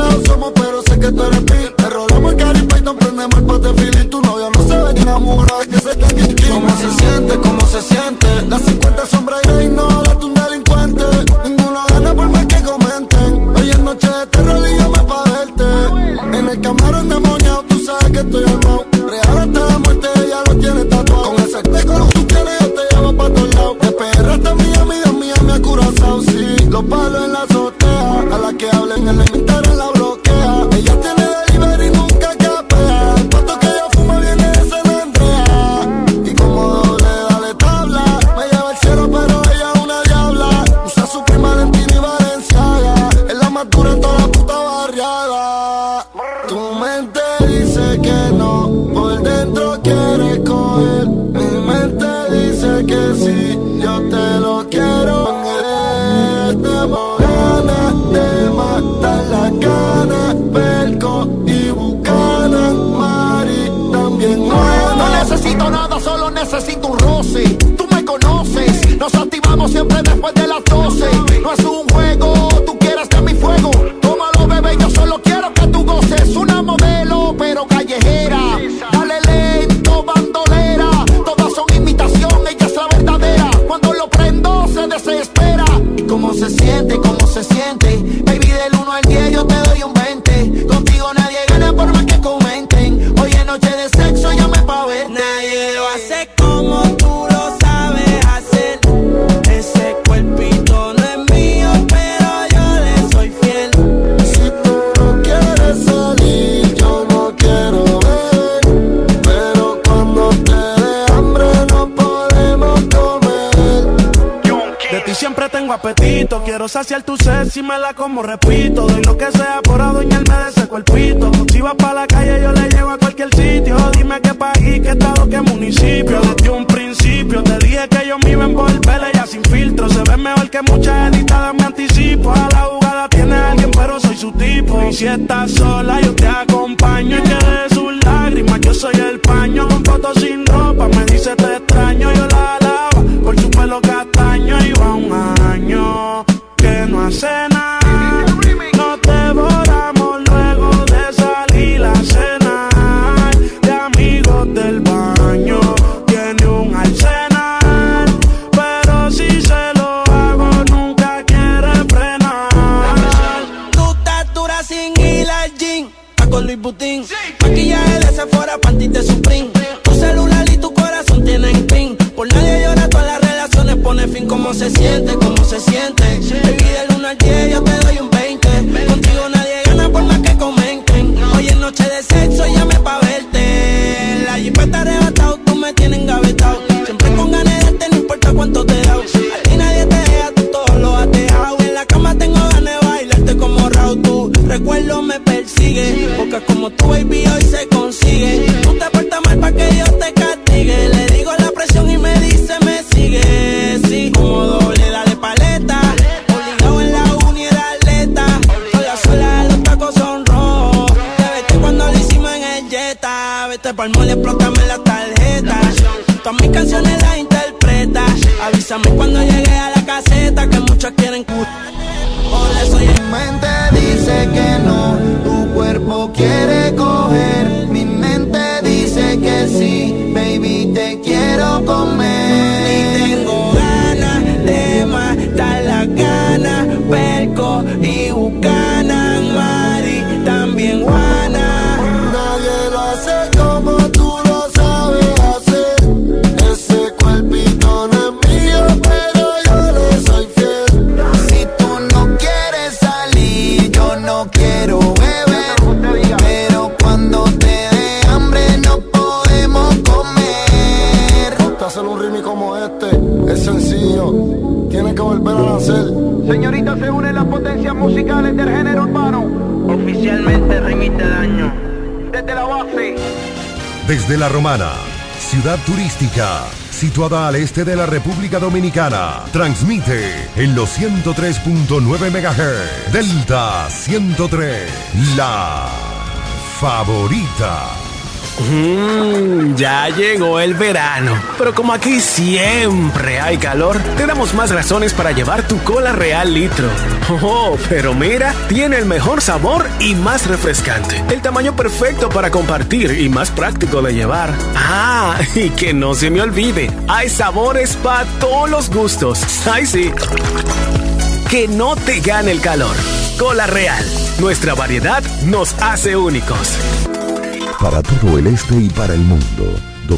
lejos somos, pero sé que tú eres mí. Te rodamos el Caribe y nos prendemos el pote feeling. Tu novio no se ve ni enamorado, es que se está aquí. ¿Cómo se siente? ¿Cómo se siente? Las 50 sombras y ignora un delincuente. Ninguno gana por más que comenten. Hoy es noche de terror y llame pa' verte. En el camarón demoniado, tú sabes que estoy armado. Real hasta la muerte, ella lo tiene tatuado. Con ese teco que tú tienes, yo te llevo pa' todos lados. De PR hasta Miami, me ha curazao, sí. Los palos en la azotea, a la que hablen en el Instagram la bloquea. Ella tiene delivery y nunca capea. El pato que ella fuma viene de San Andrea. Y como doble dale tabla, me lleva al cielo pero ella es una diabla. Usa su prima Valentina y Valenciaga. Es la más dura en toda la puta barriada. Tu mente dice que no, por dentro quiere coger. Mi mente dice que sí, yo te lo quiero. Tengo ganas de matar la gana, Perco y Bucana, Mari también Juana. No necesito nada, solo necesito un roce. Tú me conoces, nos activamos siempre después de las 12. No es un juego, tú quieres de mi fuego. Tómalo, bebé, yo solo quiero que tú goces. Una modelo, pero callejera. Dale lento, bandolera. Todas son imitación, ella es la verdadera. Cuando lo prendo, se desespera. ¿Y cómo se siente? ¿Cómo se siente? Baby, del 1 al 10 yo te doy un 20. Contigo nadie gana por más que comenten. Hoy es noche de sexo, llame pa' verte. Nadie lo hace como tú lo sabes hacer. Ese cuerpito no es mío, pero yo le soy fiel. Si tú no quieres salir, yo no quiero ver. Pero cuando te dé hambre no podemos comer. De ti siempre tengo apetito, quiero saciar tu sed si me la como, repito. Doy lo que sea por adueñarme de ese cuerpito. Si vas pa' la calle yo le llevo a cualquier sitio. Dime qué país, qué estado, qué municipio. Desde un principio te dije que yo me iba a envolver, ella sin filtro. Se ve mejor que muchas editadas, me anticipo. A la jugada tiene alguien pero soy su tipo. Y si estás sola yo te acompaño. Y que de sus lágrimas yo soy el paño. Con fotos sin ropa me dice te extraño. Yo la alaba por su pelo castaño. Y va un año que no hace nada. Nos devoramos luego de salir a cenar. De amigos del baño tiene un arsenal. Pero si se lo hago nunca quiere frenar. Tu estatura sin ir al gym, pa' con Luis Butín. Maquillaje de Sephora, panty de Supreme. Tu celular y tu corazón tienen pin. Por nadie llora, todas las relaciones pone fin. ¿Cómo se siente? ¿Cómo se siente? Baby, del 1 al 10 yo te doy un 20. Contigo nadie gana por más que comenten. Hoy es noche de sexo, llame pa' verte. La jipeta arrebatado, tú me tienes engavetado. Siempre con ganas de darte, no importa cuánto te da. A ti nadie te deja, tú todo lo has dejado. En la cama tengo ganas de bailarte como Raúl. Tu recuerdo me persigue, porque como tu baby hoy se consigue. Tú te portas mal pa' que Dios te castigue. Le digo la presión y me dice me sigue. Sí, como doble, dale paleta. Obligado en la uni era atleta. Sola, los tacos son rojos. Te vete cuando lo hicimos en el Jetta. Vete pa'l mall, explótame la tarjeta. Todas mis canciones las interpretas. Avísame cuando llegue a la caseta, que muchos quieren por eso Mi mente dice que no, tu cuerpo quiere coger. Mi mente dice que sí, baby, te quiero comer. y tengo ganas de matar las ganas. Perco y Bucana, Mari también Juana. Nadie lo hace como tú lo sabes hacer. Ese cuerpito no es mío, pero yo le soy fiel. Si tú no quieres salir, yo no quiero beber. Pero cuando te dé hambre no podemos comer. Ponte a hacer un ritmo como este, es sencillo, tiene que volver a nacer. Señorita, se unen las potencias musicales del género urbano. Oficialmente remite daño. Desde la base. Desde La Romana, ciudad turística, situada al este de la República Dominicana, transmite en los 103.9 MHz, Delta 103, la favorita. Ya llegó el verano, pero como aquí siempre hay calor, te damos más razones para llevar tu Cola Real litro. Oh, pero mira, tiene el mejor sabor y más refrescante, el tamaño perfecto para compartir y más práctico de llevar. Ah, y que no se me olvide, hay sabores para todos los gustos. ¡Ay, sí! Que no te gane el calor. Cola Real, nuestra variedad nos hace únicos. Para todo el este y para el mundo,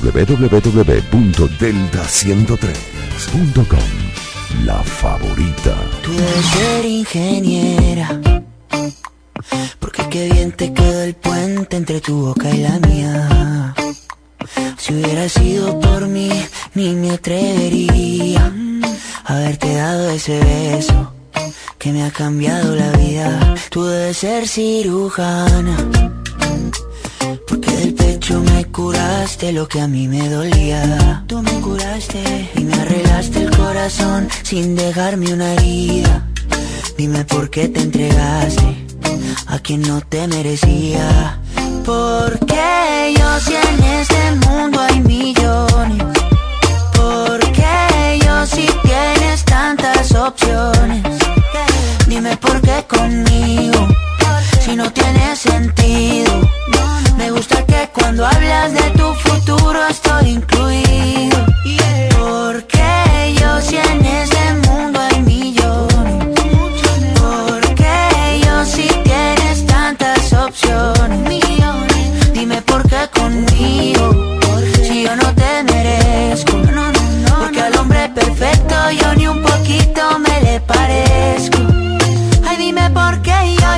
www.delta103.com. La favorita. Tú debes ser ingeniera, porque qué bien te quedó el puente entre tu boca y la mía. Si hubiera sido por mí, ni me atrevería a haberte dado ese beso que me ha cambiado la vida. Tú debes ser cirujana, porque del pecho me curaste lo que a mí me dolía. Tú me curaste y me arreglaste el corazón sin dejarme una herida. Dime por qué te entregaste a quien no te merecía. Porque yo si en este mundo hay millones, porque yo si tienes tantas opciones. Dime por qué conmigo, si no tiene sentido. Me gusta que cuando hablas de tu futuro estoy incluido. Porque yo si en este mundo hay millones, porque yo si tienes tantas opciones. Dime por qué conmigo, si yo no te merezco. Porque al hombre perfecto yo ni un poquito me le parezco. Ay, dime por qué yo.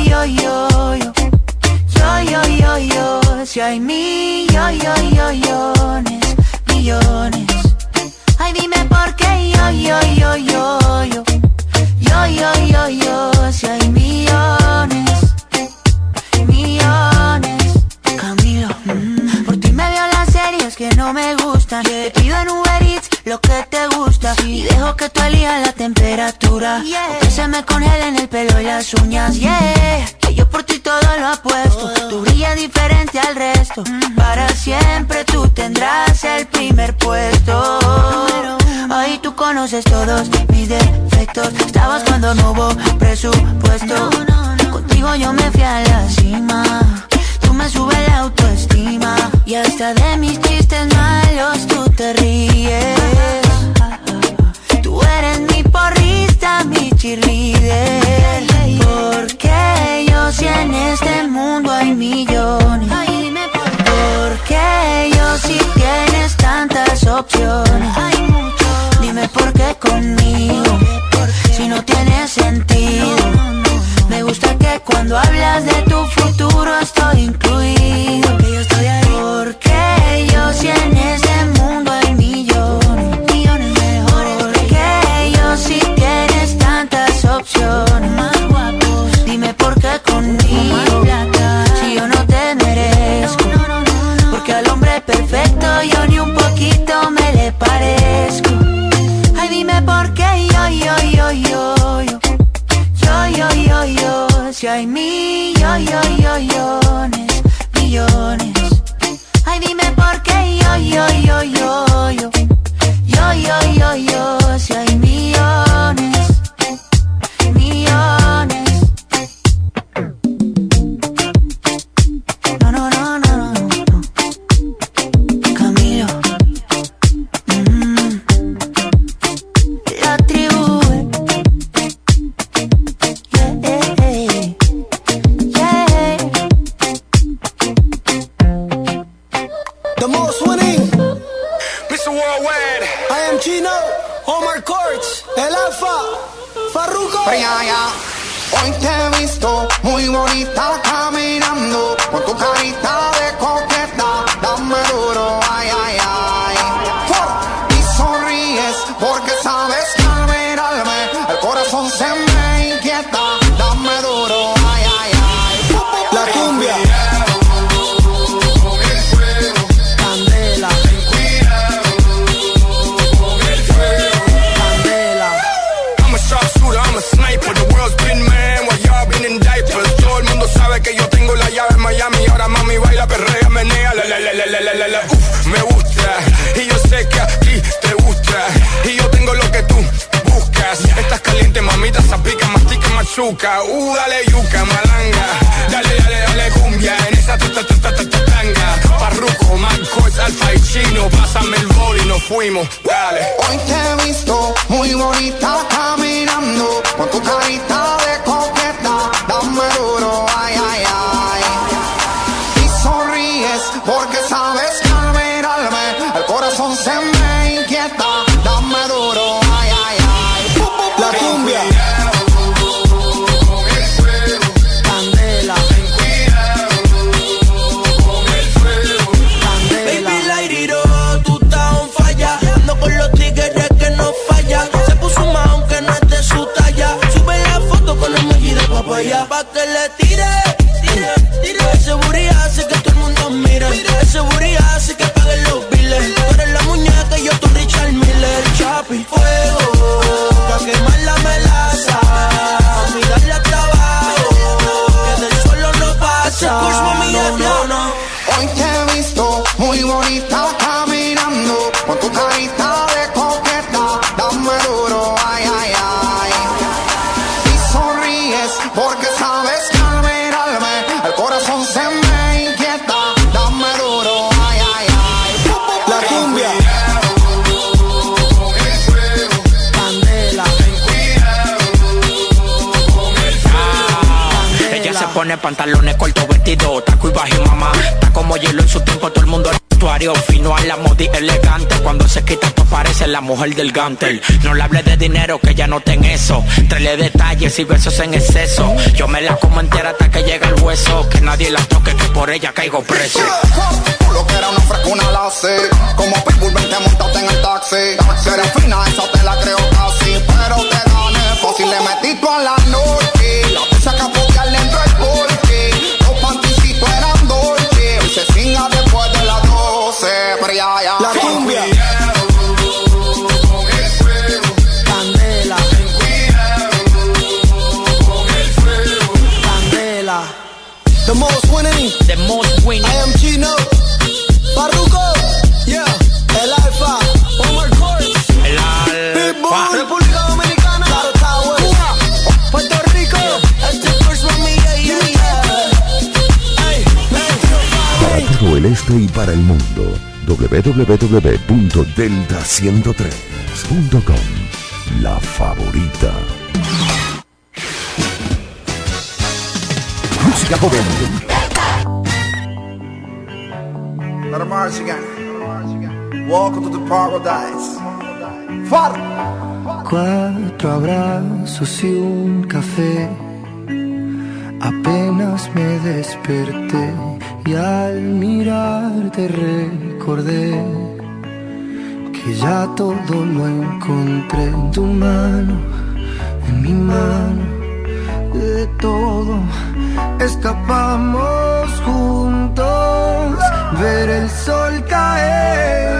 Si hay millones. Ay, dime por qué yo. Si hay millones. Camilo, por ti me veo las series que no me gustan. Te pido en Uber Eats lo que te gusta y dejo que tú elijas la temperatura, o que se me congelen el pelo y las uñas. Que yo por ti todo lo apuesto. Tú brillas diferente al resto. Para siempre tú tendrás el primer puesto. Hoy tú conoces todos mis defectos. Estabas cuando no hubo presupuesto. Contigo yo me fui a la cima. Tú me subes la autoestima. Y hasta de mis chistes malos tú te ríes. Tú eres mi porrista, mi cheerleader. Porque yo si en este mundo hay millones. Porque yo si tienes tantas opciones. Dime por qué conmigo, si no tiene sentido. Me gusta que cuando hablas de tu futuro estoy incluido. Que yo estoy ahí. Porque yo si en este mundo hay millones mejores. Porque yo si tienes tantas opciones. Más guapos. Dime por qué conmigo, si yo no te merezco. Porque al hombre perfecto yo ni un poquito me le parezco. Ay, dime por qué yo. Si hay millones. Ay, dime por qué yo. Si hay millones. No. Camilo. La tribu. The most winning Mr. Worldwide. I am Chino, Omar Courts, El Alfa, Farruko. Hoy te he visto muy bonita caminando, con tu carita de coqueta, dame duro, ay, ay, ay. Y sonríes porque sabes que al mirarme el corazón se me inquieta, dame duro, ay, ay, ay. La cumbia. Que yo tengo la llave en Miami, ahora mami baila azúcar, dale yuca, malanga. Dale, dale, dale cumbia en esa tanga. Farruko, Marcos, Alfa y Chino, pásame el bol y nos fuimos, dale. Hoy te he visto muy bonita caminando, con tu carita de coqueta, dame duro, ay, ay, ay. Y sonríes porque sabes que al mirarme el corazón se me inquieta, dame duro, ay, ay, ay. La cumbia. Pa' que le tire, ese booty hace que todo el mundo mire. Ese booty hace que paguen los biles. Tú eres la muñeca y yo tu Richard Miller. Chapi, fuego, pa' quemar la melaza. A mí darle hasta abajo, que del suelo no pasa. No. Hoy te he visto muy bonita caminando, con tu carita de coqueta, dame duro, ay, ay, ay. Y sonríes porque sabes que al mirarme el corazón se me inquieta, dame duro, ay, ay, ay. La cumbia. Candela. Ella se pone pantalones cortos, vestido, taco y bajo, mamá. Está como hielo en su tiempo, todo el mundo al vestuario fino, a la modi elegante. Cuando se quita esto parece la mujer del Gantel. No le hable de dinero, que ya no ten eso. Tráele detalles y besos en exceso. Yo me la como entera hasta que llega el hueso. Que nadie la toque, que por ella caigo preso. Lo que era una frescuna la sé. Como Pitbull, vente montate en el taxi. Si eres fina, esa te la creo casi. Pero te gané fácil, le metí tú a la noche. La pizza que a foguearle dentro el porche. Los panticitos eran dolce. Y se cinga después de las 12. Pero ya. La cumbia. Candela. Candela. The most winning. The most winning. I am Chino. Farruko. Yeah. El Alfa. Omar Courts. El Alfa. República Dominicana. Cuba. Puerto Rico. Este First Mami. Para todo el este y para el mundo, www.delta103.com. La favorita. Música joven. Let them march again. Welcome to the paradise. Far. 4 abrazos y un café. Apenas me desperté y al mirarte recordé que ya todo lo encontré en tu mano, en mi mano. De todo escapamos juntos, ver el sol caer.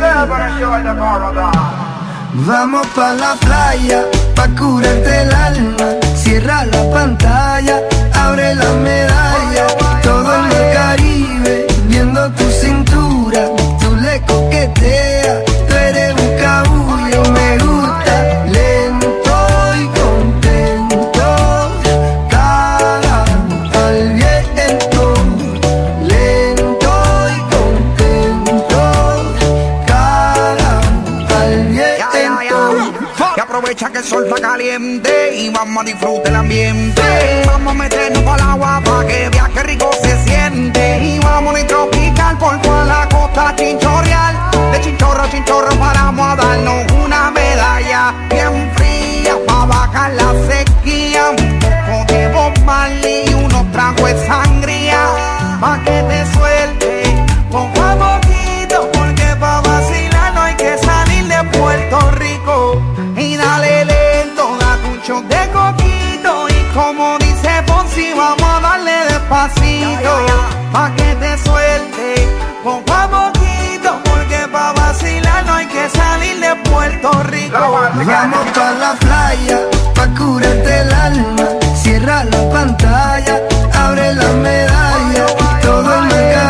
Vamos pa' la playa, pa' curarte el alma. Cierra la pantalla, abre la medalla. Todo en el Caribe, viendo tu cintura. Tú le coqueteas, tú eres un cabullo. Me gusta lento y contento. Cara al viento, lento y contento. Cara al viento. Y aprovecha que el sol está caliente y vamos a disfrutar el ambiente. Vamos a meternos para el agua para que viaje rico se siente. Y vamos a tropical por toda la costa chinchorreal. De chinchorro a chinchorro paramos a darnos una medalla bien fría para bajar la sequía. Un poco de Bob Marley y unos tragos de sangría pa' que te suelte poco a poquito, porque pa' vacilar no hay que salir de Puerto Rico. Y dale lento, date un shot de coquito. Y como dice Fonsi, vamos a darle despacito pa' que te suelte poco a poquito, porque pa' vacilar no hay que salir de Puerto Rico. Vamos pa' la playa, pa' curarte el alma. Cierra la pantalla, abre la medalla. Todo en el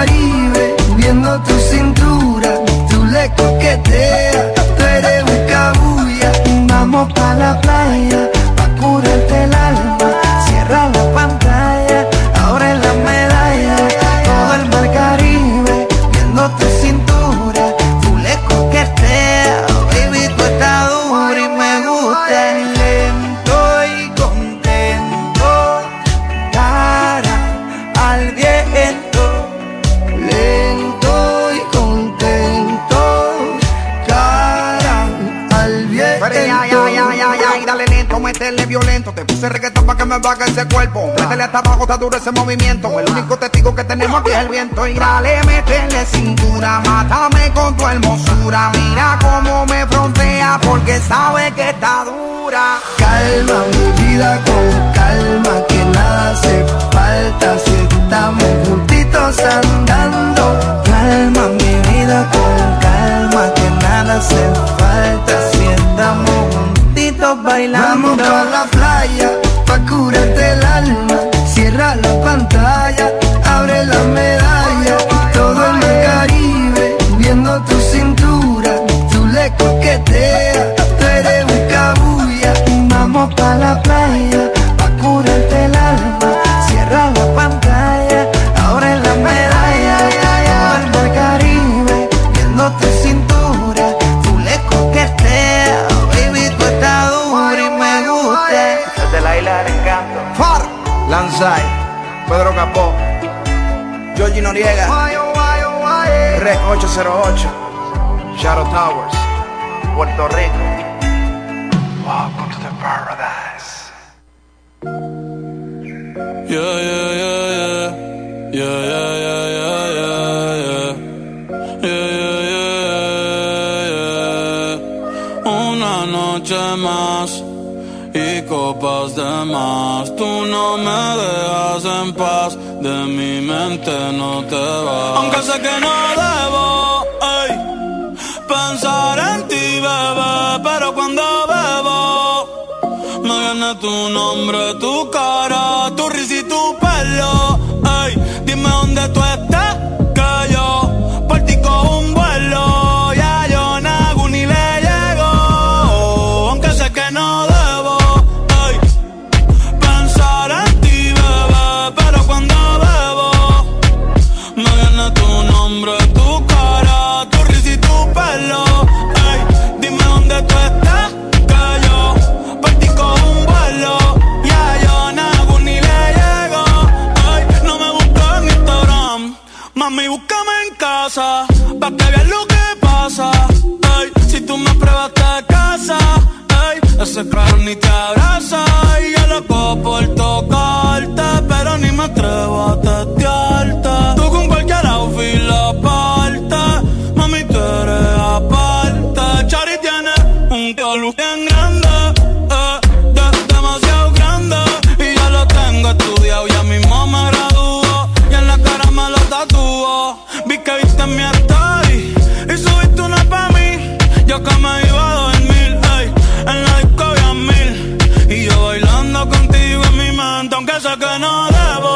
sentimiento. Te puse reggaetón pa' que me baje ese cuerpo. Métele hasta abajo, está duro ese movimiento. El único testigo que tenemos aquí es el viento. Y dale, métele cintura, mátame con tu hermosura. Mira cómo me frontea porque sabe que está dura. Calma mi vida con calma, que nada hace falta si estamos juntitos andando. Calma mi vida con calma, que nada hace falta si estamos juntitos bailando. Vamos pa' la playa, pa' curarte el alma. Cierra la pantalla, abre la medalla. Todo en el Caribe, viendo tu cintura. Tú le coqueteas, tú eres un cabulla. Vamos pa' la playa, pa' curarte el alma. Cierra la pantalla, abre la medalla. Todo en el Caribe, viendo tu cintura. Tú le coqueteas, baby, tú estás dura y me gusta. Desde la isla del encanto. Far, Lanzai, Pedro Capó, Georgie Noriega, Rec 808, Shadow Towers, Puerto Rico. Welcome to paradise. Yeah, yeah, yeah, yeah. Yeah, yeah, yeah, yeah, yeah, yeah. Yeah, yeah, yeah, yeah. Una noche más y copas de más. Tú no me dejas en paz, de mi mente no te vas. Aunque sé que no debo, ey, pensar en ti, bebé, pero cuando bebo me viene tu nombre, tu cara, tu risa y tu pelo. Ey, dime dónde tú estás, que yo por ti cojo un vuelo. Ya yo nago ni le llego, aunque sé que no debo, ey, pensar en ti, bebé, pero cuando bebo me viene tu nombre, tu cara, tu risa y tu pelo. Ey, dime dónde tú estás, que yo por ti cojo un vuelo. Ya yo nago ni le llego. Ay, no me busques en Instagram, mami, búscame en casa, pa' que veas lo que pasa. Ay, si tú me pruebas te casa. Ay, ese claro ni te abraza. Y yo loco por tocarte, pero ni me atrevo a testearte. Tú con cualquier outfit la parte, mami, tú eres aparte. Chari tiene un color bien grande, demasiado grande. Y ya lo tengo estudiado, ya mismo me graduó. Y en la cara me lo tatúo. Vi que viste mi story y subiste una pa' mí. Yo que me iba a dormir, ey, en la disco había 1000. Y yo bailando contigo en mi mente, aunque sé que no debo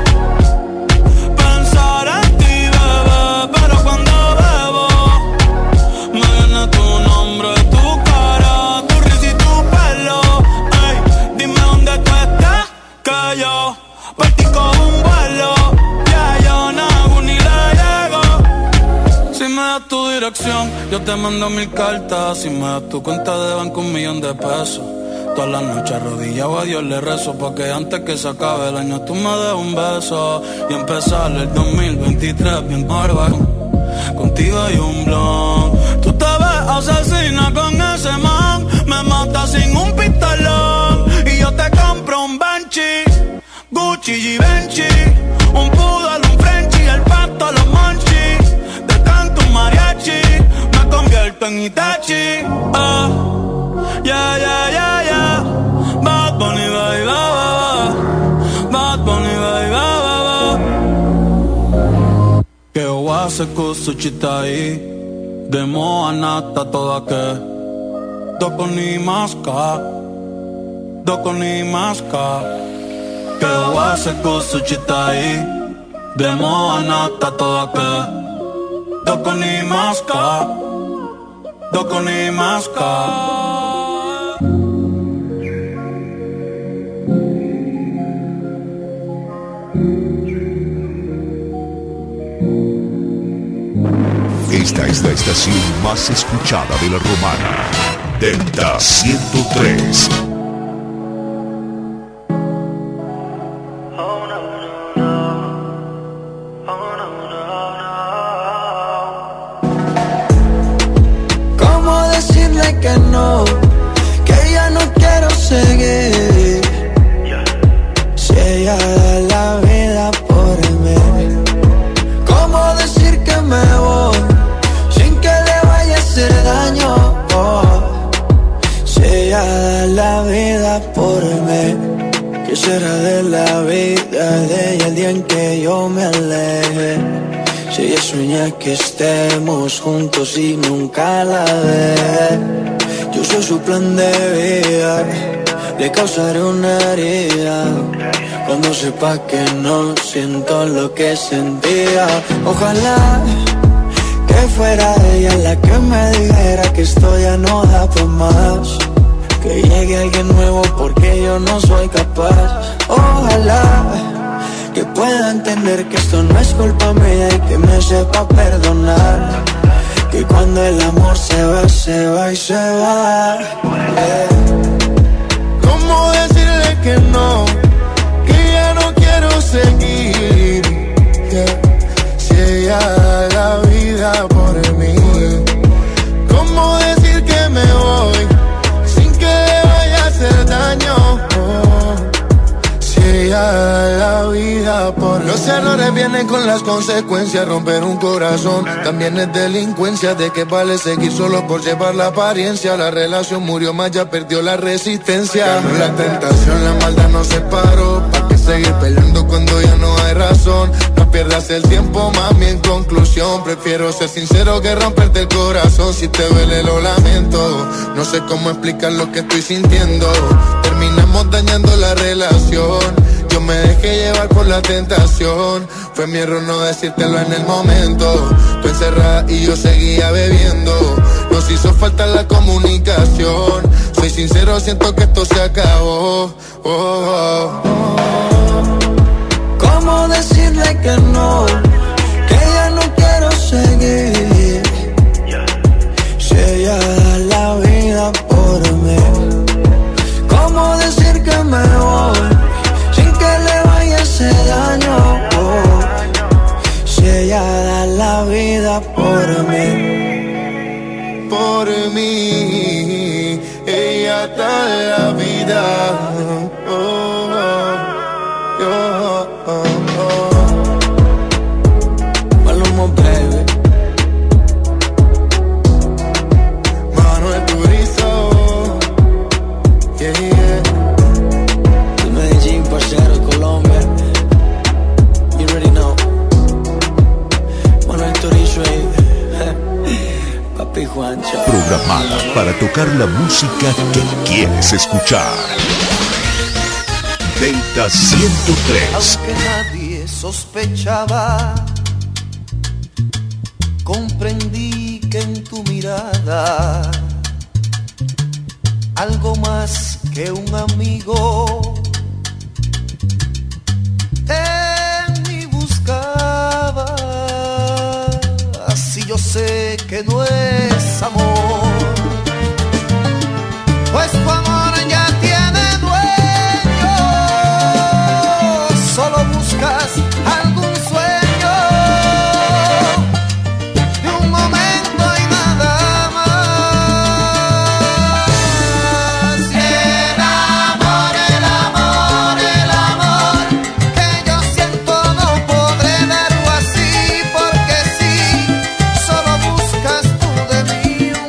pensar en ti, bebé, pero cuando bebo me viene tu nombre, tu cara, tu risa y tu pelo. Ey, dime dónde tú estás, que yo por ti cojo un vuelo. Ya yo nago ni le llego. Si me das tu dirección, yo te mando 1000 cartas. Si me das tu cuenta de banco, 1.000.000 de pesos. Todas las noches arrodillado a Dios le rezo, porque antes que se acabe el año tú me des un beso y empezar el 2023 bien bárbaro. Contigo hay un blon. Tú te ves asesina con ese man, me mata sin un pistolón. Y yo te compro un Banshee, Gucci y Benchi, un poodle, un Frenchie, el pato, los monchis. Te canto un mariachi, me convierto en Itachi. Yeah, yeah, yeah, yeah. Bad Bunny, baby, Bad Bunny, baby, che ho a secosso citai demo anata toda che doko ni maska che ho a secosso citai demo anata toda che doko ni maska Esta es la estación más escuchada de la Romana. Delta 103. ¿Cómo decirle que no? Que ya no quiero seguir. que yo me aleje. Si ella sueña que estemos juntos y nunca la deje. Yo soy su plan de vida, le causaré una herida cuando sepa que no siento lo que sentía. Ojalá que fuera ella la que me dijera que esto ya no da por más, que llegue alguien nuevo porque yo no soy capaz. Ojalá que pueda entender que esto no es culpa mía y que me sepa perdonar, que cuando el amor se va, se va y se va. ¿Cómo decirle que no? Que ya no quiero seguir, si ella da la vida por mí. ¿Cómo decir que me voy sin que le vaya a hacer daño? Si ella da la vida por mí. Los errores vienen con las consecuencias. Romper un corazón también es delincuencia. ¿De qué vale seguir solo por llevar la apariencia? La relación murió más, ya perdió la resistencia. Ganó la tentación, la maldad nos separó. ¿Para qué seguir peleando cuando ya no hay razón? No pierdas el tiempo, mami, en conclusión prefiero ser sincero que romperte el corazón. Si te duele lo lamento, no sé cómo explicar lo que estoy sintiendo. Terminamos dañando la relación. Yo me dejé llevar por la tentación. Fue mi error no decírtelo en el momento. Tú encerrada y yo seguía bebiendo. Nos hizo falta la comunicación. Soy sincero, siento que esto se acabó. ¿Cómo decirle que no? Que ya no quiero seguir. Si ella da la vida por mí. ¿Cómo decir que me voy sin que le vaya a hacer daño? Si ella da la vida por mí. Por mí, ella da la vida. Maluma, baby. Manuel Turizo, yeah, yeah. De Medellín, parcero, Colombia. You already know. Manuel Turizo, Papi Juancho. Programada para tocar la música que quieres escuchar. Delta 103. Aunque nadie sospechaba, comprendí que en tu mirada algo más que un amigo en mí buscaba. Así yo sé que no es amor, pues tu amor ya tiene dueño. Solo buscas algún sueño de un momento y nada más. Y el amor, el amor, el amor que yo siento no podré darlo así, porque sí, solo buscas tú de mí un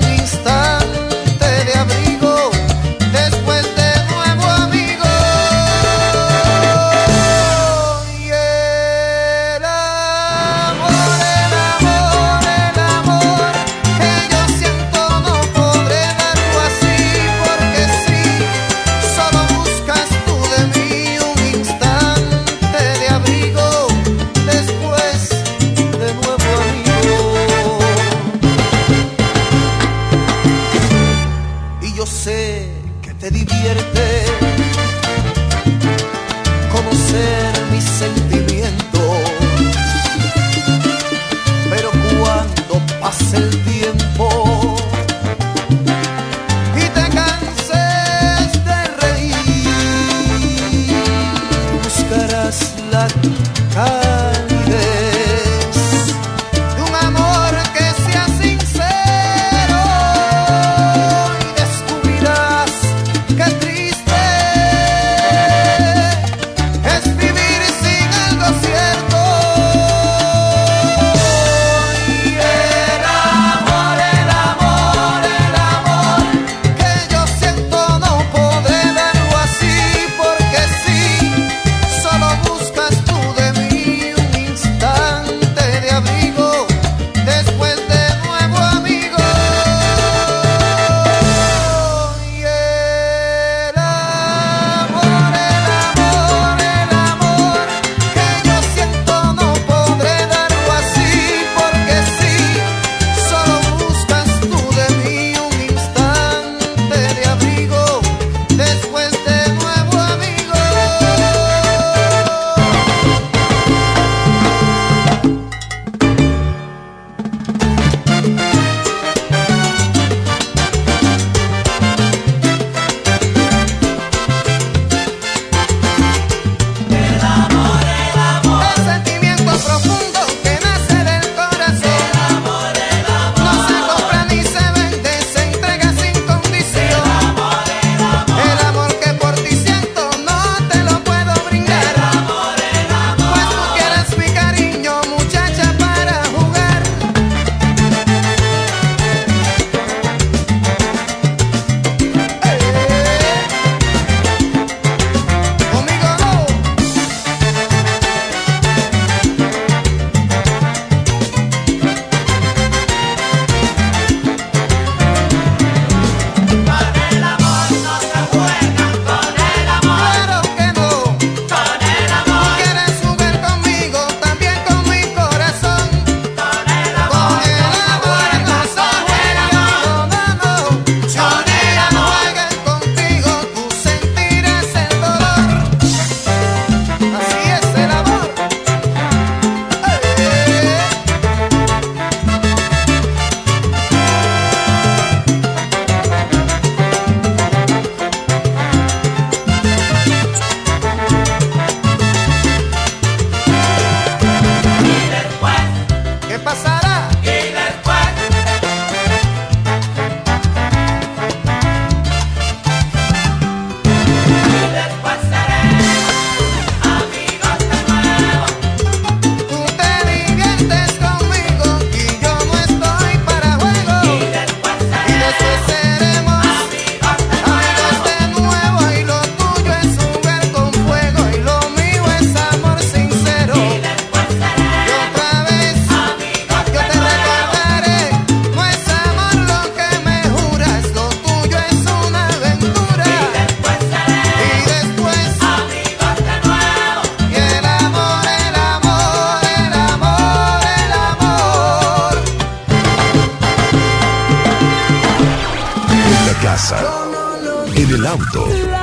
casa, en el auto,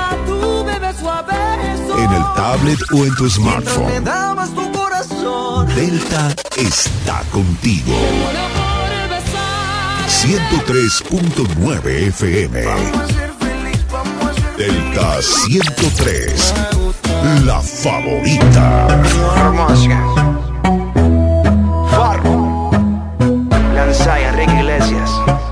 en el tablet o en tu smartphone. Delta está contigo. 103.9 FM. Delta 103, la favorita. Farro, Lanzai, Enrique Iglesias.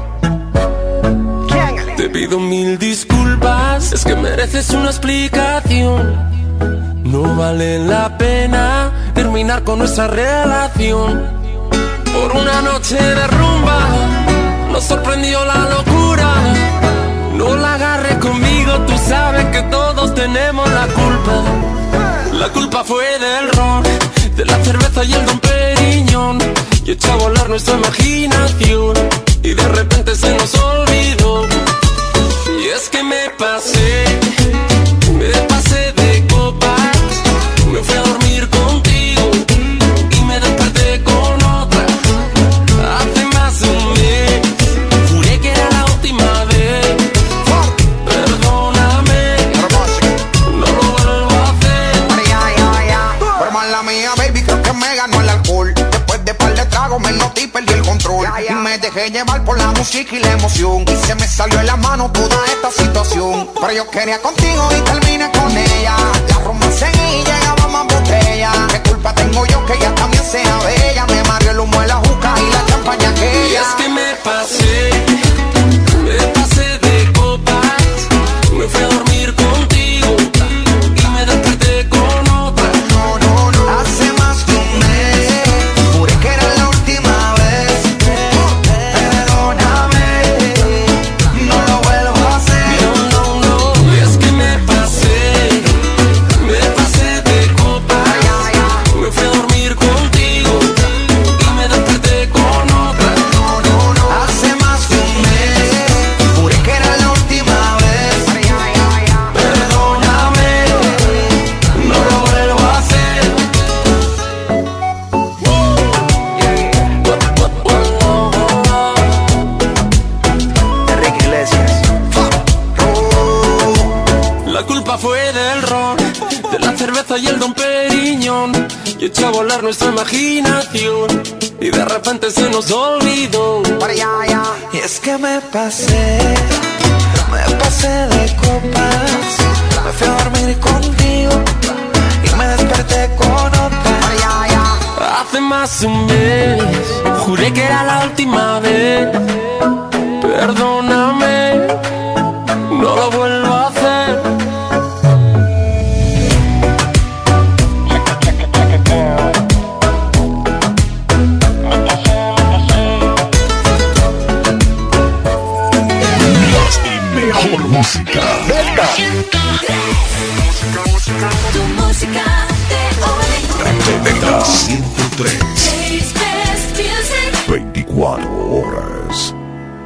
Te pido mil disculpas, es que mereces una explicación. No vale la pena terminar con nuestra relación. Por una noche de rumba nos sorprendió la locura. No la agarres conmigo, tú sabes que todos tenemos la culpa. La culpa fue del ron, de la cerveza y el Don Periñón. Y echó a volar nuestra imaginación y de repente se nos olvidó. Y es que me pasé de copas. Me fui a dormir contigo y me desperté con otra. Hace más de un mes juré que era la última vez. Perdóname, no lo vuelvo a hacer. Pero mala mía, baby, creo que me ganó el alcohol. Después de par de tragos me noté y perdí el control. Y me dejé llevar por la música y la emoción. Y se me salió en la mano toda esta situación. Pero yo quería contigo y terminé con ella. La rumba seguía y llegaba más botella. ¿Qué culpa tengo yo que ella también sea bella? Me mareó el humo de la juca y la champaña aquella. Y es que me pasé de copas. Me fui a dormir contigo y me desperté con otra. No, hace más de un mes juré que era la última vez. Perdóname, no lo vuelvo a hacer. No, y es que me pasé de copas. Me fui a dormir contigo y me desperté con otra. Hace más de un mes juré que era la última vez. Perdóname, no lo vuelvo a hacer. Enrique Iglesias. La culpa fue del ron, de la cerveza y el Don Periñón. Y echó a volar nuestra imaginación y de repente se nos olvidó. Y es que me pasé de copas. Me fui a dormir contigo y me desperté con otra. Hace más de un mes juré que era la última vez. Perdóname, no lo vuelvo a hacer. Mejor música. Tu música de hoy. Delta 103. 24 horas.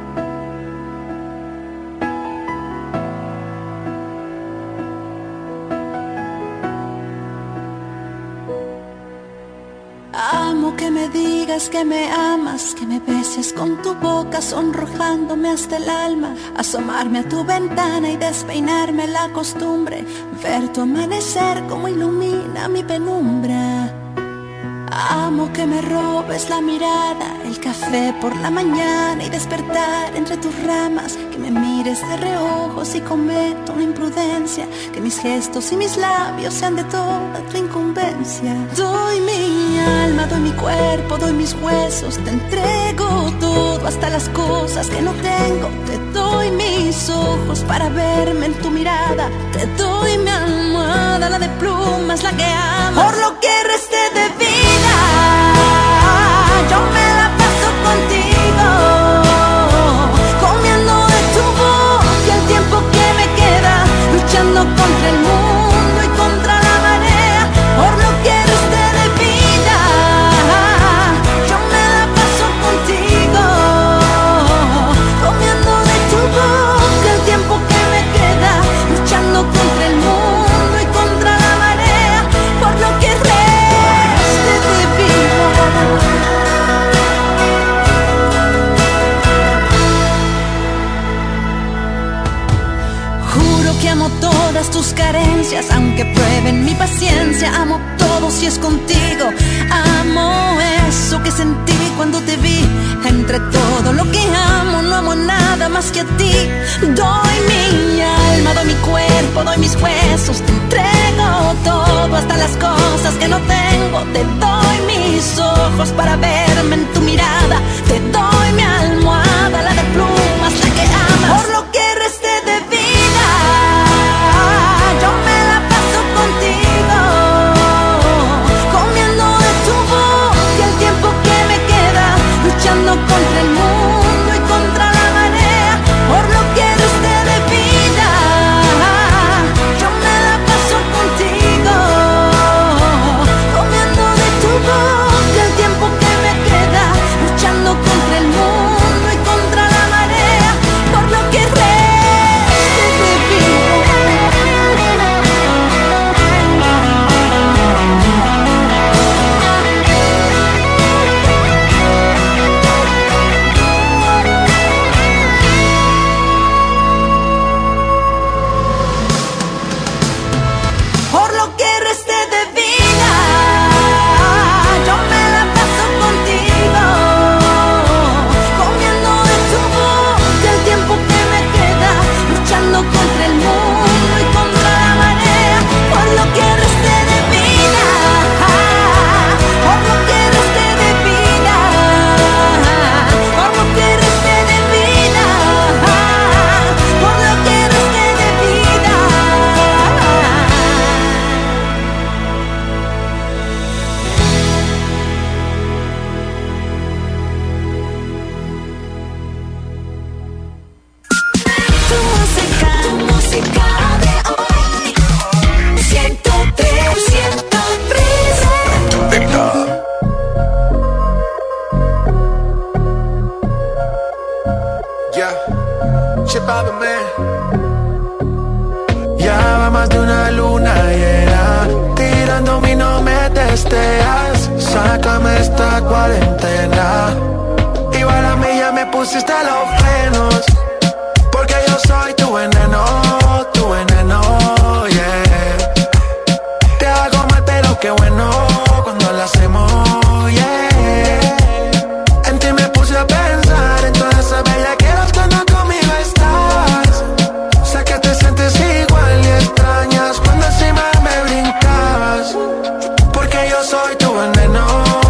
Amo que me digas que me amas, que me beses con tu boca sonrojándome hasta el alma, asomarme a tu ventana y despeinarme la costumbre, ver tu amanecer como ilumina mi penumbra. Amo que me robes la mirada, el café por la mañana y despertar entre tus ramas, que me mires de reojo si cometo una imprudencia, que mis gestos y mis labios sean de toda tu incumbencia. Doy mi alma, doy mi cuerpo, doy mis huesos, te entrego todo, hasta las cosas que no tengo. Te doy mis ojos para verme en tu mirada, te doy mi almohada, la de plumas, la que amas. Por lo que resté de vida, yo me la paso contigo, comiendo de tu boca el tiempo que me queda, luchando contra el mundo y contra la marea. Por lo que resté de vida, yo me la paso contigo, comiendo de tu boca el tiempo que me queda, luchando contra el mundo y contra la marea. Por lo que resté que a ti. Doy mi alma, doy mi cuerpo, doy mis huesos. Te entrego todo, hasta las cosas que no tengo. Te doy mis ojos para verme en tu mirada. Te doy mi almohada, la de plumas, la que amas. Por lo que reste de vida, yo me la paso contigo, comiendo de tu boca el tiempo que me queda, luchando contra el mundo y contra la marea. Por lo que reste de vida, yo me la paso contigo, comiendo de tu boca el tiempo que me queda, luchando contra el mundo y contra la marea. Por lo que reste de Por lo que reste de vida, yo me la paso contigo, comiendo de tu boca el tiempo que me queda, luchando contra el mundo y contra la marea. Por lo que reste de vida, por lo que reste de vida, por lo que reste de vida, por lo que reste de vida. Tu música de hoy. 103, 103. Yeah, Chipado Man. Ya va más de una luna llena, tirándome y no me testeas. Sácame esta cuarentena. Igual a mí ya me pusiste los frenos, porque yo soy tu veneno, yeah. Te hago mal pero qué bueno cuando lo hacemos, yeah. En ti me puse a pensar en todas esas bellaqueras cuando conmigo estás. Sé que te sientes igual y extrañas cuando encima me brincabas, porque yo soy tu veneno,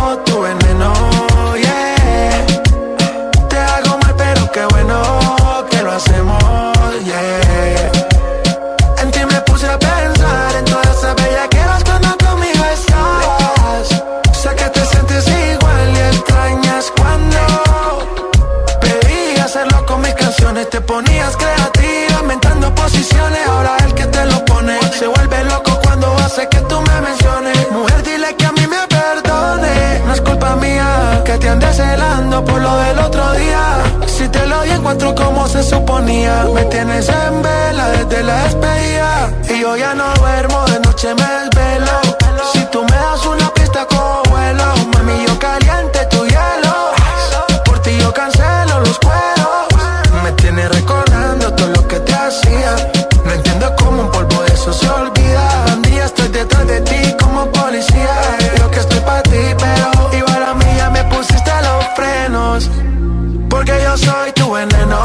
yeah. Te hago mal pero qué bueno que lo hacemos, yeah. En ti me puse a pensar en todas esas bellaqueras cuando conmigo estás. Sé que te sientes igual y extrañas cuando pedí hacerlo con mis canciones. Te ponías creativa, inventando posiciones. Ahora el que te lo pone se vuelve loco cuando hace que tú me menciones. Mujer, dile que a mí me perdone. No es culpa mía que te andes celando por lo del otro día. Si te lo di encuentro como se suponía. Me tienes en vela desde la despedida, y yo ya no duermo, de noche me desvelo. Si tú me das una pista cojo vuelo. Mami, yo caliente tu hielo, por ti yo cancelo los juegos. Me tienes recordando todo lo que te hacía. No entiendo cómo un polvo de eso se olvida. Un día estoy detrás de ti como policía. Yo que estoy para ti, pero igual a mí ya me pusiste los frenos, porque yo soy tu veneno,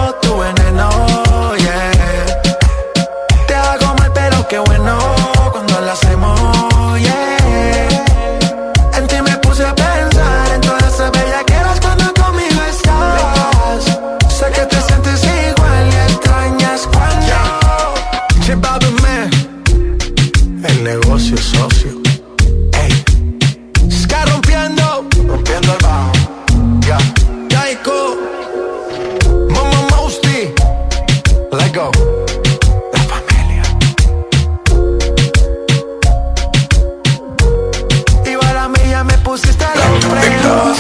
yeah. Te hago mal pero qué bueno cuando lo hacemos, yeah. En ti me puse a pensar en todas esas bellaqueras cuando conmigo estás. Sé que te sientes igual y extrañas cuando Chipado Man. El negocio socio. Ey, Ska rompiendo el bajo. Ya, Yaiko, Mama Mosty, let go. La familia. Igual a mí ya me pusiste los frenos.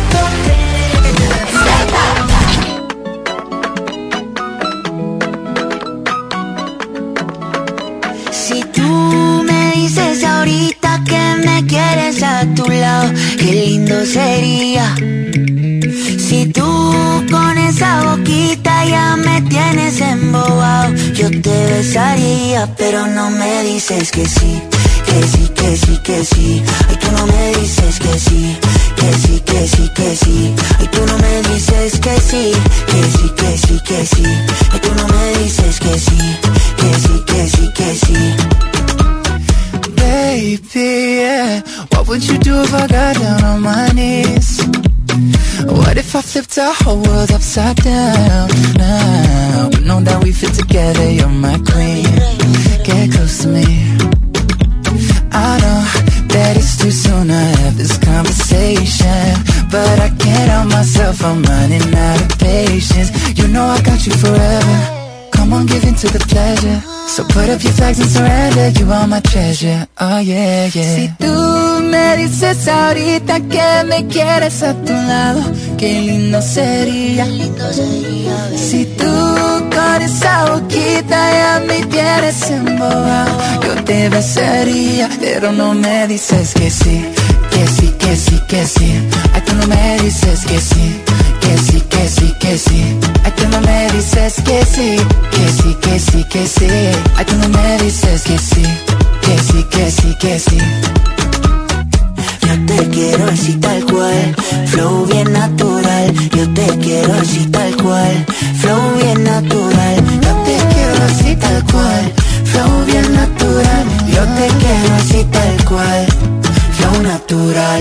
Si tú me dices ahorita que me quieres a tu lado, qué lindo sería. Si tú con esa boquita ya me tienes embobado, yo te besaría, pero no me dices que sí, que sí, que sí, que sí. Ay, tú no me dices que sí, que sí, que sí, que sí. Ay, tú no me dices que sí, que sí, que sí, que sí. I flipped our whole world upside down now? But know that we fit together, you're my queen. Get close to me. I know that it's too soon to have this conversation, but I can't help myself, I'm running out of patience. You know I got you forever. Come on, give in to the pleasure. So put up your flags and surrender. You are my treasure, oh yeah, yeah. Si tú me dices ahorita que me quieres a tu lado, qué lindo sería. Si tú con esa boquita ya me tienes embobado, yo te besaría, pero no me dices que sí, que sí, que sí, que sí. Ay, tú no me dices que sí, que sí, que sí, que sí. Ay, tú no me dices que sí, que sí, que sí, que sí. Ay, tú no me dices que sí, que sí, que sí, que sí. Yo te quiero así tal cual, flow bien natural. Yo te quiero así tal cual, flow bien natural. Yo te quiero así tal cual, flow bien natural. Yo te quiero así tal cual, flow natural.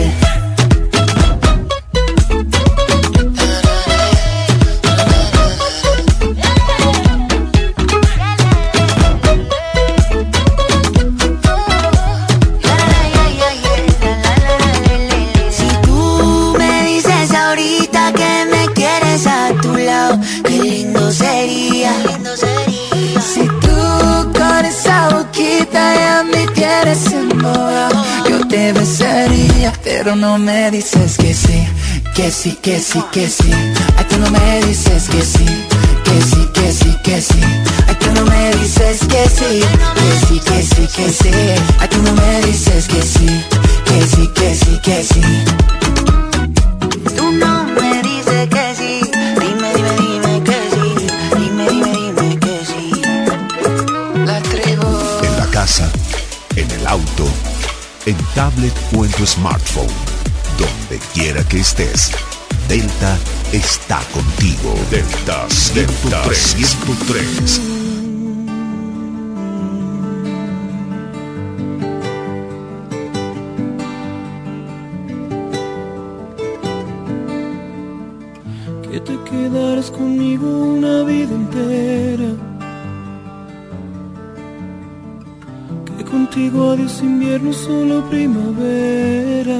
Qué lindo sería, si tú con esa boquita ya me tienes embobado, yo te besaría, pero no me dices que sí, que sí, que sí, que sí. Ay, tú no me dices que sí, que sí, que sí, que sí. Ay, tú no me dices que sí, que sí, que sí, que sí. Ay, tú no me dices que sí, que sí, que sí, que sí. Tú no me dices que sí. Dime, dime, dime que sí. Dime, dime, dime que sí. La tribu. En la casa, en el auto, en tablet o en tu smartphone, donde quiera que estés, Delta está contigo. Delta 103. Que te quedaras conmigo una vida entera, que contigo adiós invierno, solo primavera,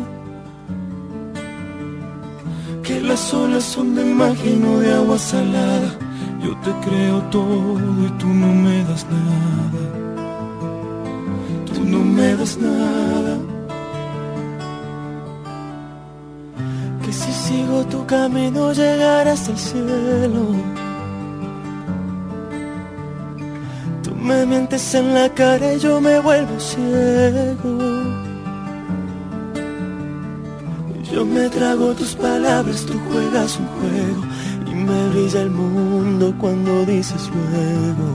que las olas son de magia y no de agua salada. Yo te creo todo y tú no me das nada, tú no me das nada. Que si sigo tu camino llegarás al cielo. Tú me mientes en la cara y yo me vuelvo ciego. Yo me trago tus palabras, tú juegas un juego y me brilla el mundo cuando dices luego.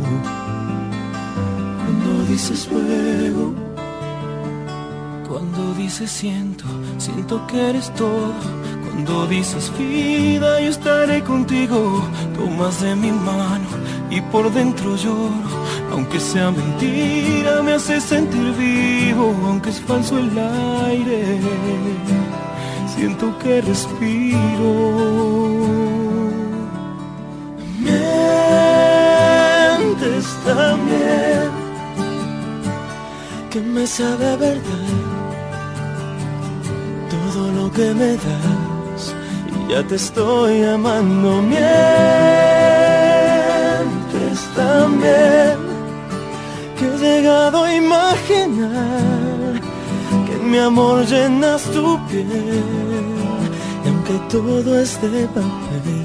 Cuando dices luego. Cuando dices siento, siento que eres todo. Cuando dices vida, yo estaré contigo. Tomas de mi mano y por dentro lloro. Aunque sea mentira, me hace sentir vivo. Aunque es falso el aire, siento que respiro. Mientes también, que me sabe a verdad todo lo que me das, y ya te estoy amando. Mientes también, que he llegado a imaginar que en mi amor llenas tu piel, y aunque todo es de papel,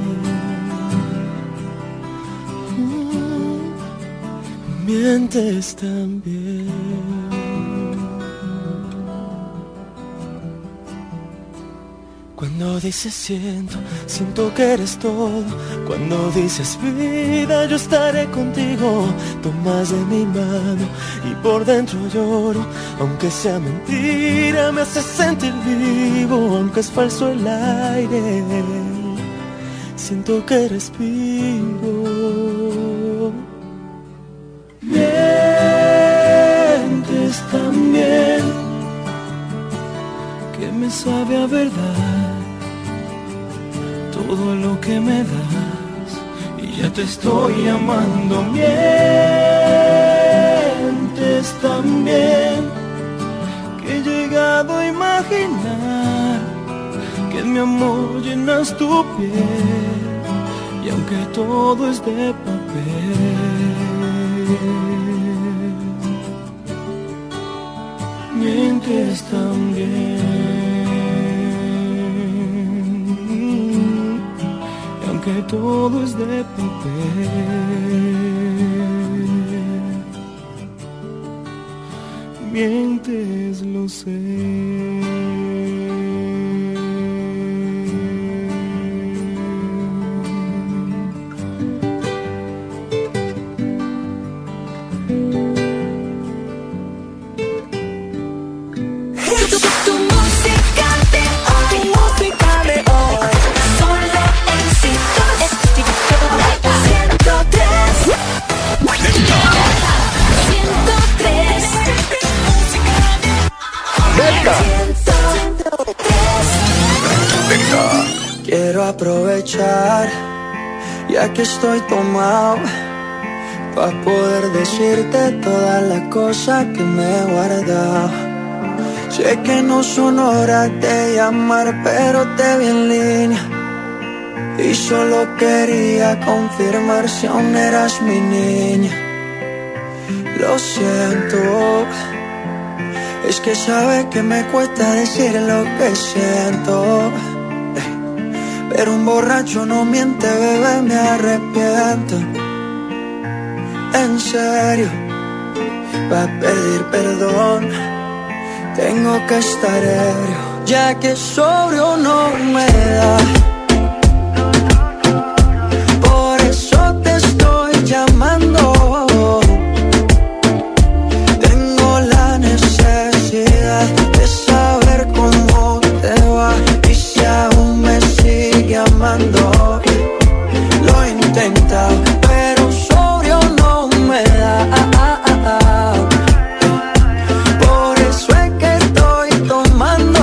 mientes también. Cuando dices siento, siento que eres todo. Cuando dices vida, yo estaré contigo. Tomas de mi mano y por dentro lloro. Aunque sea mentira, me hace sentir vivo. Aunque es falso el aire, siento que respiro. Mientes también, que me sabe a verdad todo lo que me das y ya te estoy amando. Mientes también, que he llegado a imaginar que en mi amor llenas tu piel, y aunque todo es de papel, mientes también, y aunque todo es de papel, mientes, lo sé. Quiero aprovechar, ya que estoy tomado, pa' poder decirte todas las cosas que me he guardado. Sé que no son horas de llamar, pero te vi en línea y solo quería confirmar si aún eras mi niña. Lo siento, es que sabes que me cuesta decir lo que siento, pero un borracho no miente, bebé, me arrepiento. En serio, para pedir perdón tengo que estar ebrio, ya que sobrio no me da. Por eso te estoy llamando. Tengo la necesidad de saber cómo te va y si aún me sigue amando. Lo he intentado, pero sobrio no me da. Por eso es que estoy tomando.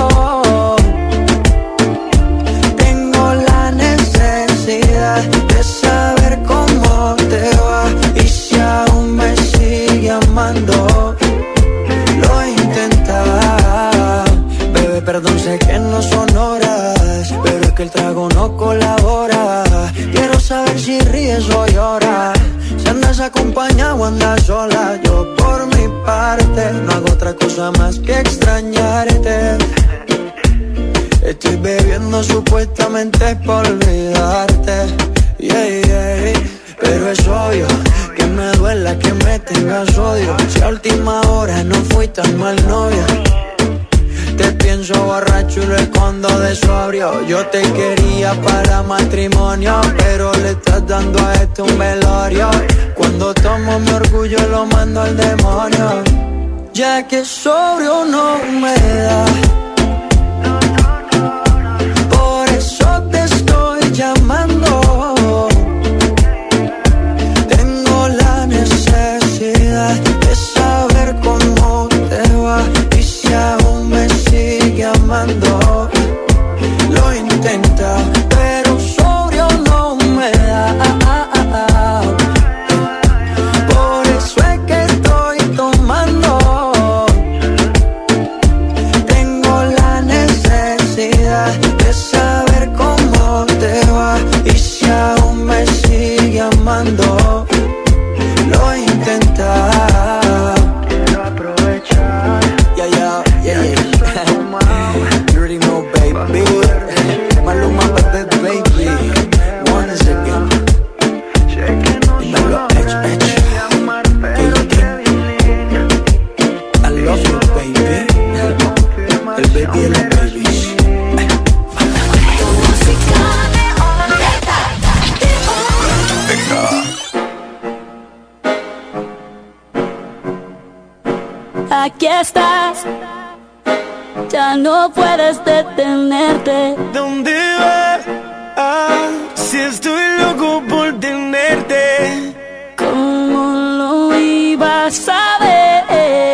Tengo la necesidad de saber cómo te va y si aún me sigue amando. Lo he intentado, bebé, perdón, sé que no son horas, pero es que el trago no colabora. Quiero saber si ríes o lloras, si andas acompañado o andas sola. Yo por mi parte no hago otra cosa más que extrañarte. Estoy bebiendo supuestamente por olvidarte, yeah, yeah. Pero es obvio que me duela que me tengas odio. Si a última hora no fui tan mal novia, te pienso borracho y lo escondo de sobrio. Yo te quería para matrimonio, pero le estás dando a esto un velorio. Cuando tomo mi orgullo lo mando al demonio, ya que sobrio no me da. Por eso te estoy llamando. Tengo la necesidad de saber cómo te va y si aún me sigue amando. Lo intenta, pero sobrio no me da. Por eso es que estoy tomando. Tengo la necesidad de saber cómo te va y si aún me sigue amando. Lo intenta. Quiero aprovechar. Yeah, yeah, yeah, yeah. You already know, baby. Maluma, baby. Once again. Dímelo, Edge. I love you, baby. El baby y los babies. Aquí estás, ya no puedes detenerte. ¿Dónde vas? Si estoy loco por tenerte. ¿Cómo lo ibas a ver?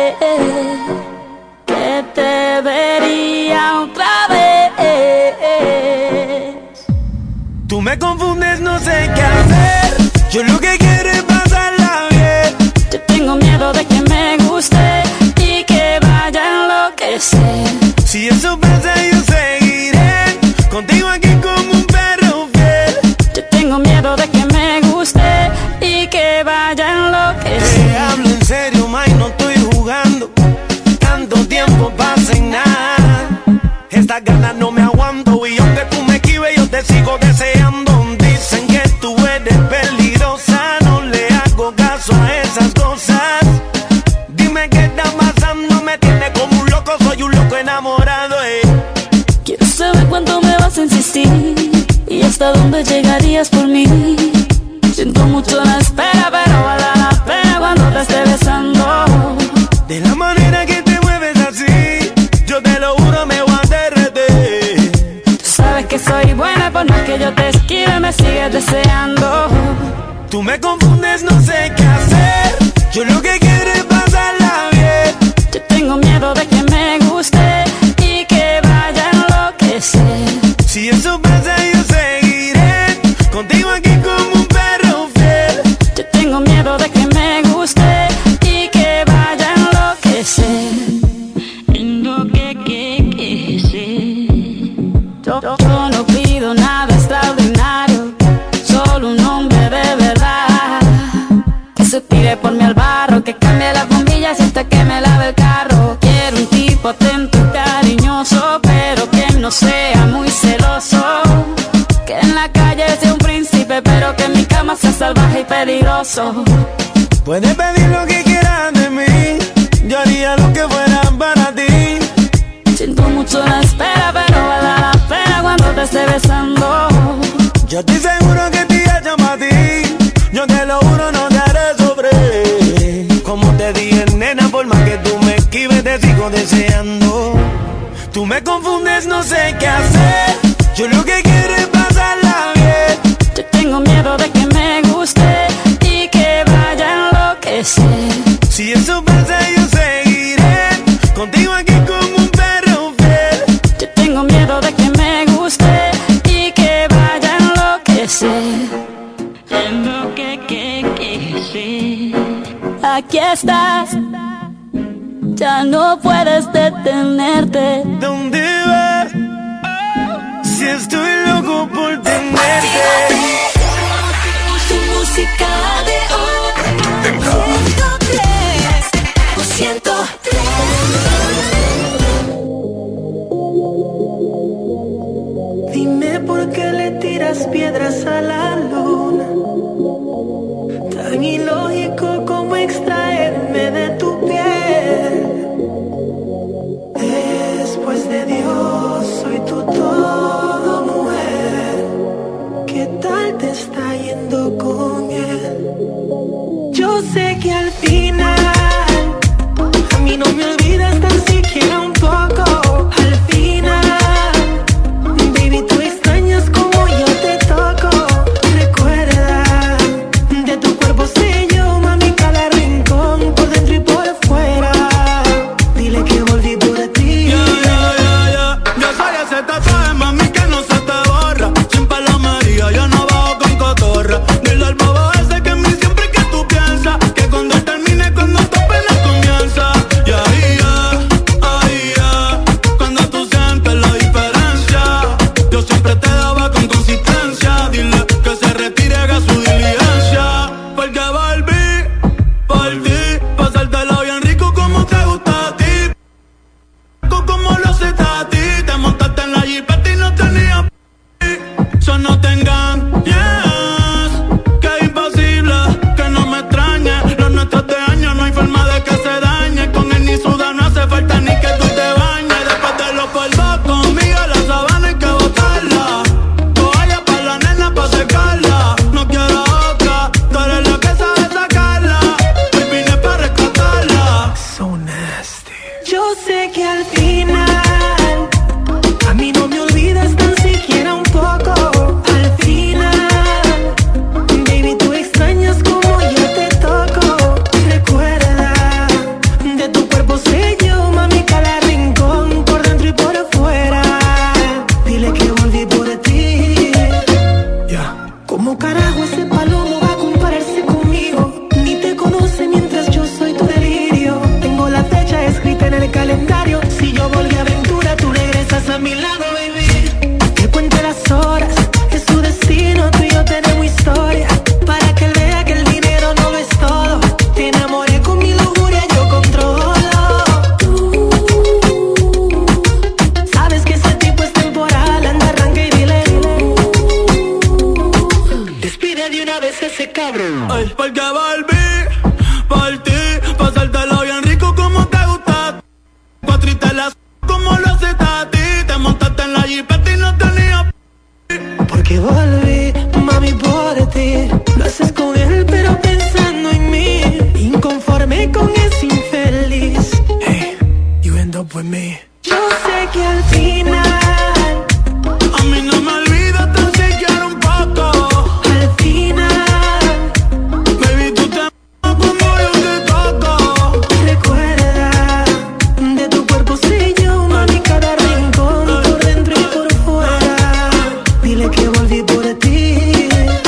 Que te vería otra vez. Tú me confundes, no sé qué hacer. Yo lo que quiero es pasarla bien. Yo tengo miedo de que me guste y que vaya a enloquecer. Si eso pasa yo seguiré contigo aquí como un perro fiel. Yo tengo miedo de que me guste y que vaya a enloquecer. Te hablo en serio, May, no estoy jugando. Tanto tiempo pasa en nada. Estas ganas no me aguanto y aunque tú me esquives yo te sigo deseando. Dicen que tú eres peligrosa, no le hago caso a esas cosas. Dime qué está pasando, me tiene como un loco, soy un loco enamorado. Quiero saber cuánto me vas a insistir y hasta dónde llegarías por mí. Siento mucho la espera, pero vale la pena cuando te esté besando. De la manera que te mueves así, yo te lo juro me voy a derretir. Tú sabes que soy buena, por más que yo te esquive me sigues deseando. Tú me confundes, no sé qué hacer. Yo lo que quiero es pasarla bien. Yo tengo miedo de que me guste y que vaya a enloquecer. Si eso pasa yo seguiré contigo aquí como un perro fiel. Yo tengo miedo de que me guste y que vaya a enloquecer. Yo no pido nada extraordinario, solo un hombre de verdad que se tire por mi al barro, que cambie las bombillas y hasta que me lave el carro. Quiero un tipo atento y cariñoso, pero que no sea muy celoso. Que en la calle sea un príncipe, pero que en mi cama sea salvaje y peligroso. Puedes pedir lo que quieras de mí, yo haría lo que fuera para ti. Siento mucho la espera, pero vale la pena cuando te esté besando. Yo estoy seguro que te hecho para ti. Yo te lo juro, no te haré sobre. Como te dije, nena, por más que tú me esquives, te sigo deseando. Tú me confundes, no sé qué hacer. Yo lo que quiero es pasarla bien. Yo tengo miedo de que me guste y que vaya a enloquecer. Si eso pasa yo seguiré contigo aquí como un perro fiel. Yo tengo miedo de que me guste y que vaya a enloquecer. Aquí estás, ya no puedes detenerte. ¿Dónde vas? Si estoy loco por tenerte. Tu música de hoy. 103. Dime por qué le tiras piedras a la luna. Tan ilógico como extraerme de tu piel. Después de Dios soy tu todo, mujer. ¿Qué tal te está yendo con él? Yo sé que al final a mí no me olvidas tan siquiera un poco. Al final, baby, tú extrañas como yo te toco. Recuerda porque volví por ti, pasártelo bien rico como te gusta. Cuatrita las como lo haces a ti. Te montaste en la jipeta y no tenía. Porque volví, mami, por ti. Lo haces con él, pero pensando en mí. Inconforme con ese infeliz. Hey, you end up with me. Yo sé que al final a mí no me olvidas tan siquiera un poco. Al final, baby, tú te como yo te toco. Recuerda, de tu cuerpo sé yo, mami, cada rincón, por dentro y por fuera. Dile que volví por ti.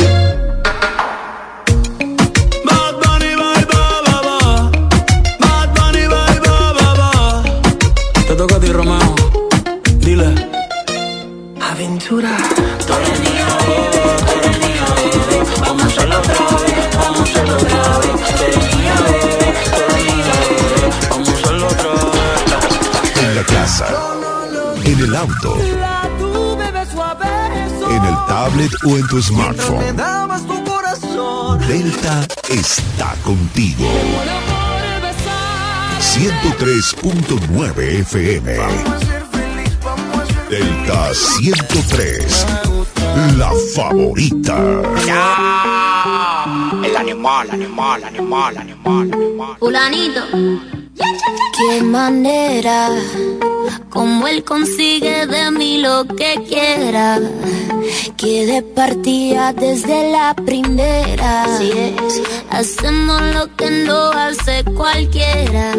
Bad Bunny, bye, bye, bye, bye. Bad Bunny, bye, bye, bye, bye. Te toca a ti, Romeo. Dile. Aventura. Vamos a hacerlo otra vez, vamos a hacerlo otra vez. Tú eres mía, bebé, tú eres mía, bebé. Vamos a hacerlo otra vez. En la casa, en el auto, en el tablet o en tu smartphone. Delta está contigo. 103.9 FM. Delta 103. La favorita. El animal. Fulanito. Qué manera, como él consigue de mí lo que quiera. Que de partida desde la primera. Hacemos lo que no hace cualquiera.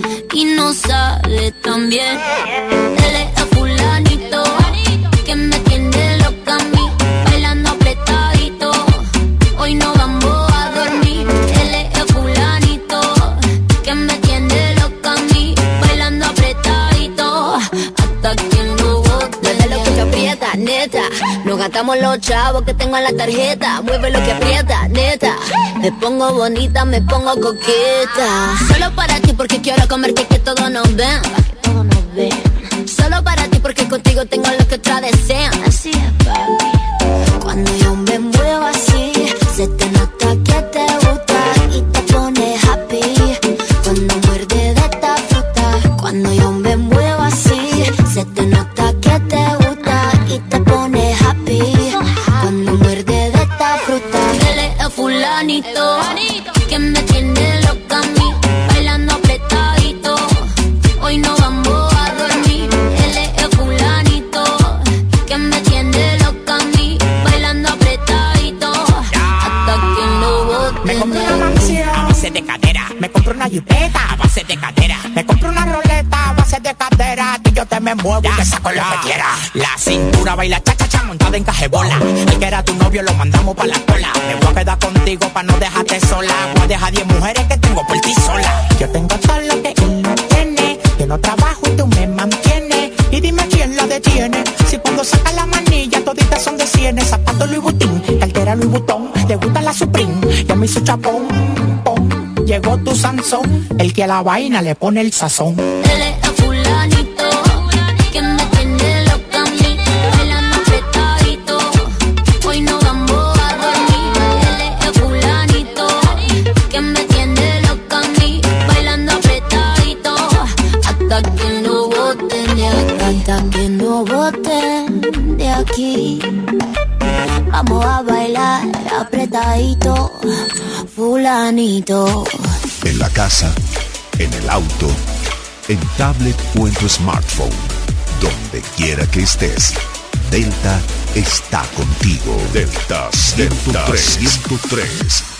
Y no sale tan bien. Él es fulanito, que me tiene loca a mí, bailando apretadito. Hoy no vamos a dormir. Él es fulanito, que me tiene loca a mí, bailando apretadito. Hasta que no bote. Desde lo que te aprieta, neta. Nos gastamos los chavos que tengo en la tarjeta. Mueve lo que aprieta, neta. Me pongo bonita, me pongo coqueta. Solo para ti porque quiero comerte y que todos nos ven. Que todos nos ven. Solo para ti porque contigo tengo lo que otras desean. Así es, papi. Cuando yo me muevo así, se te nota que te gusta y te pone happy. Cuando muerde de esta fruta, cuando yo me muevo así, se te nota que te gusta y te pone happy. Cuando muerde de esta fruta, él es fulanito, que me tiene loca a mí, bailando apretadito. Hoy no vamos a dormir. Él es fulanito, que me tiene loca a mí, bailando apretadito. Hasta que no bote. Me compré una mansión a base de cadera. Me compré una jipeta a base de cadera. Me compré una roleta a base de cadera. Que yo te me muevo y te saco lo que quiera. La cintura baila cha-cha-cha montada en cajebola. El que era tu novio lo mandamos pa' la cola. Me voy a quedar contigo pa' no dejarte sola. Voy a dejar 10 mujeres que tengo por ti sola. Yo tengo todo lo que él no tiene. Yo no trabajo y tú me mantienes. Y dime quién la detiene. Si cuando saca la manilla toditas son de cienes. Zapato Louis Vuitton, cartera Louis Vuitton. Le gusta la Supreme, ya me hizo chapón, pom. Llegó tu Sansón, el que a la vaina le pone el sazón. Él es fulanito, que me tiene loca a mí, bailando apretadito. Hoy no vamos a dormir. Él es fulanito, que me tiene loca a mí, bailando apretadito. Hasta que no boten de aquí, hasta que no boten de aquí. Vamos a bailar apretadito, fulanito. En la casa, en el auto, en tablet o en tu smartphone. Donde quiera que estés, Delta está contigo. Delta 103.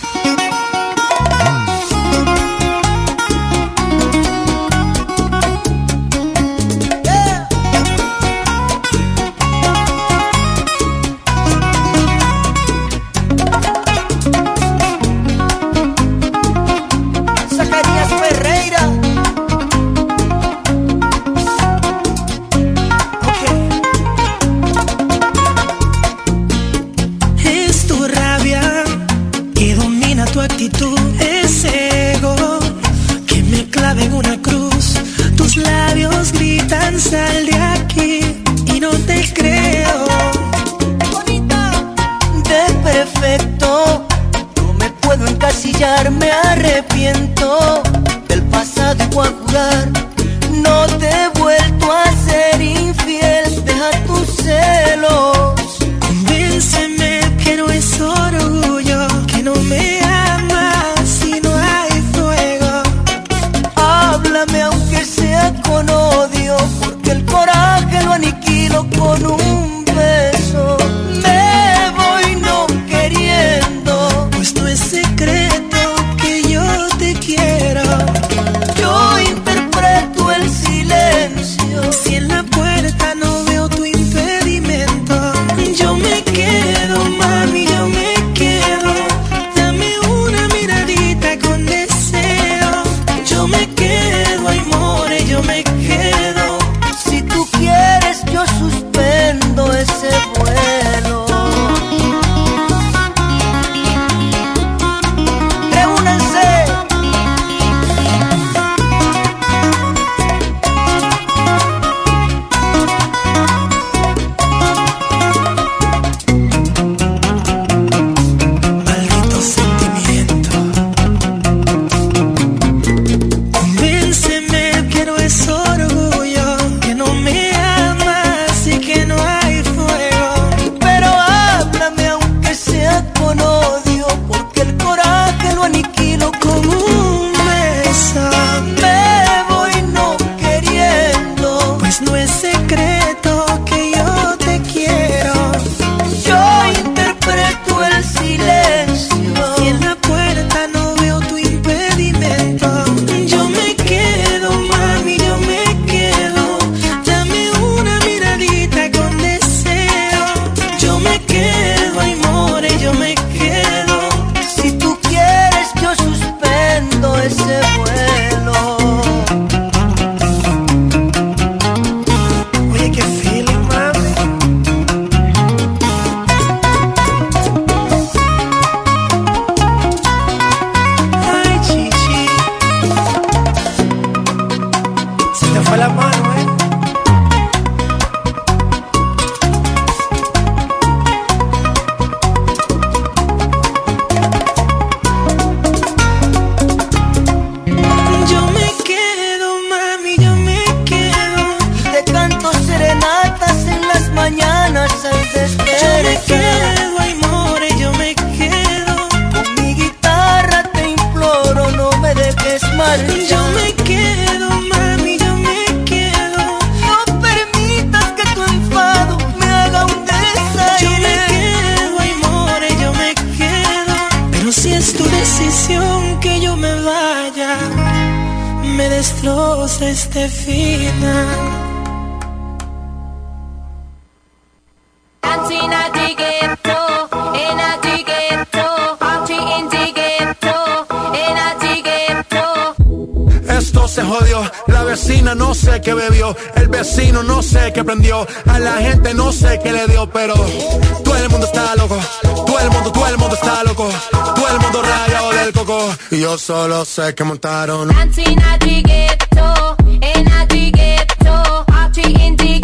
Es tu rabia que domina tu actitud, ese desperté. Yo me quedo, ay more, yo me quedo. Con mi guitarra te imploro, no me dejes marchar. Yo me quedo, mami, yo me quedo. No permitas que tu enfado me haga un desaire. Yo me quedo, ay more, yo me quedo. Pero si es tu decisión que yo me vaya, me destroza este final. Esto se jodió, la vecina no sé qué bebió, el vecino no sé qué prendió, a la gente no sé qué le dio, pero todo el mundo está loco, todo el mundo está loco, todo el mundo rayado del coco, y yo solo sé que montaron. Dancing at the ghetto, in at the ghetto, party in the